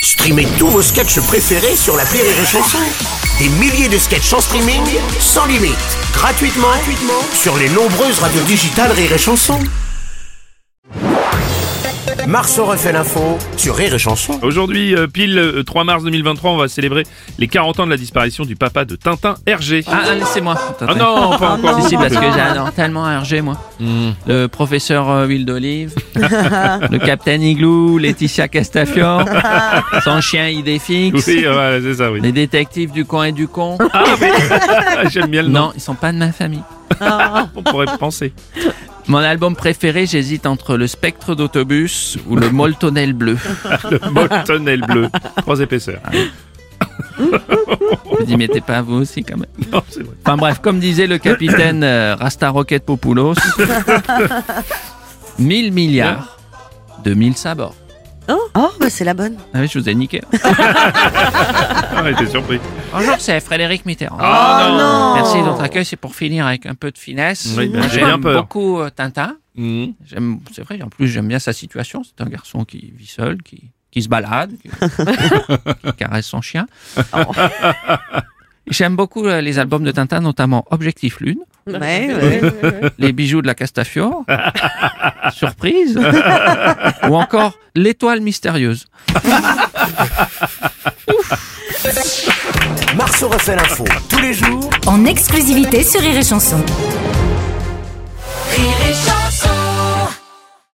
Streamez tous vos sketchs préférés sur l'appli Rire et Chanson. Des milliers de sketchs en streaming, sans limite, gratuitement sur les nombreuses radios digitales Rire et Chanson. Marceau refait l'info sur Rire et Chanson. Aujourd'hui, pile 3 mars 2023, on va célébrer les 40 ans de la disparition du papa de Tintin, Hergé. Ah, laissez-moi. Ah non, pas encore. Si, parce que j'adore tellement Hergé, moi. Le professeur Huile d'Olive, le capitaine Igloo, Laetitia Castafiore, son chien Idéfix, Oui, ouais, c'est ça, oui. les détectives du coin et du con. Ah, mais j'aime bien le nom. Non, ils sont pas de ma famille. On pourrait penser. Mon album préféré, j'hésite entre le Spectre d'autobus ou le Moltonel bleu. Le Moltonel bleu. 3 épaisseurs. Je dis, mettez pas vous aussi quand même. Non, c'est vrai. Enfin bref, comme disait le capitaine Rasta Rocket Popoulos, 1000 milliards, 2000 sabords. Oh, bah c'est la bonne. Ah oui, je vous ai niqué. Ah, j'étais surpris. Bonjour, c'est Frédéric Mitterrand. Oh non. Merci de votre accueil, c'est pour finir avec un peu de finesse. Oui, Moi, j'ai bien j'aime peur. beaucoup Tintin. Mhm. C'est vrai, en plus j'aime bien sa situation. C'est un garçon qui vit seul, qui se balade, qui caresse son chien. J'aime beaucoup les albums de Tintin, notamment Objectif Lune, Ouais. Les bijoux de la Castafiore, Surprise, ou encore L'étoile mystérieuse. Marceau refait l'info tous les jours En exclusivité sur Rire et Chanson.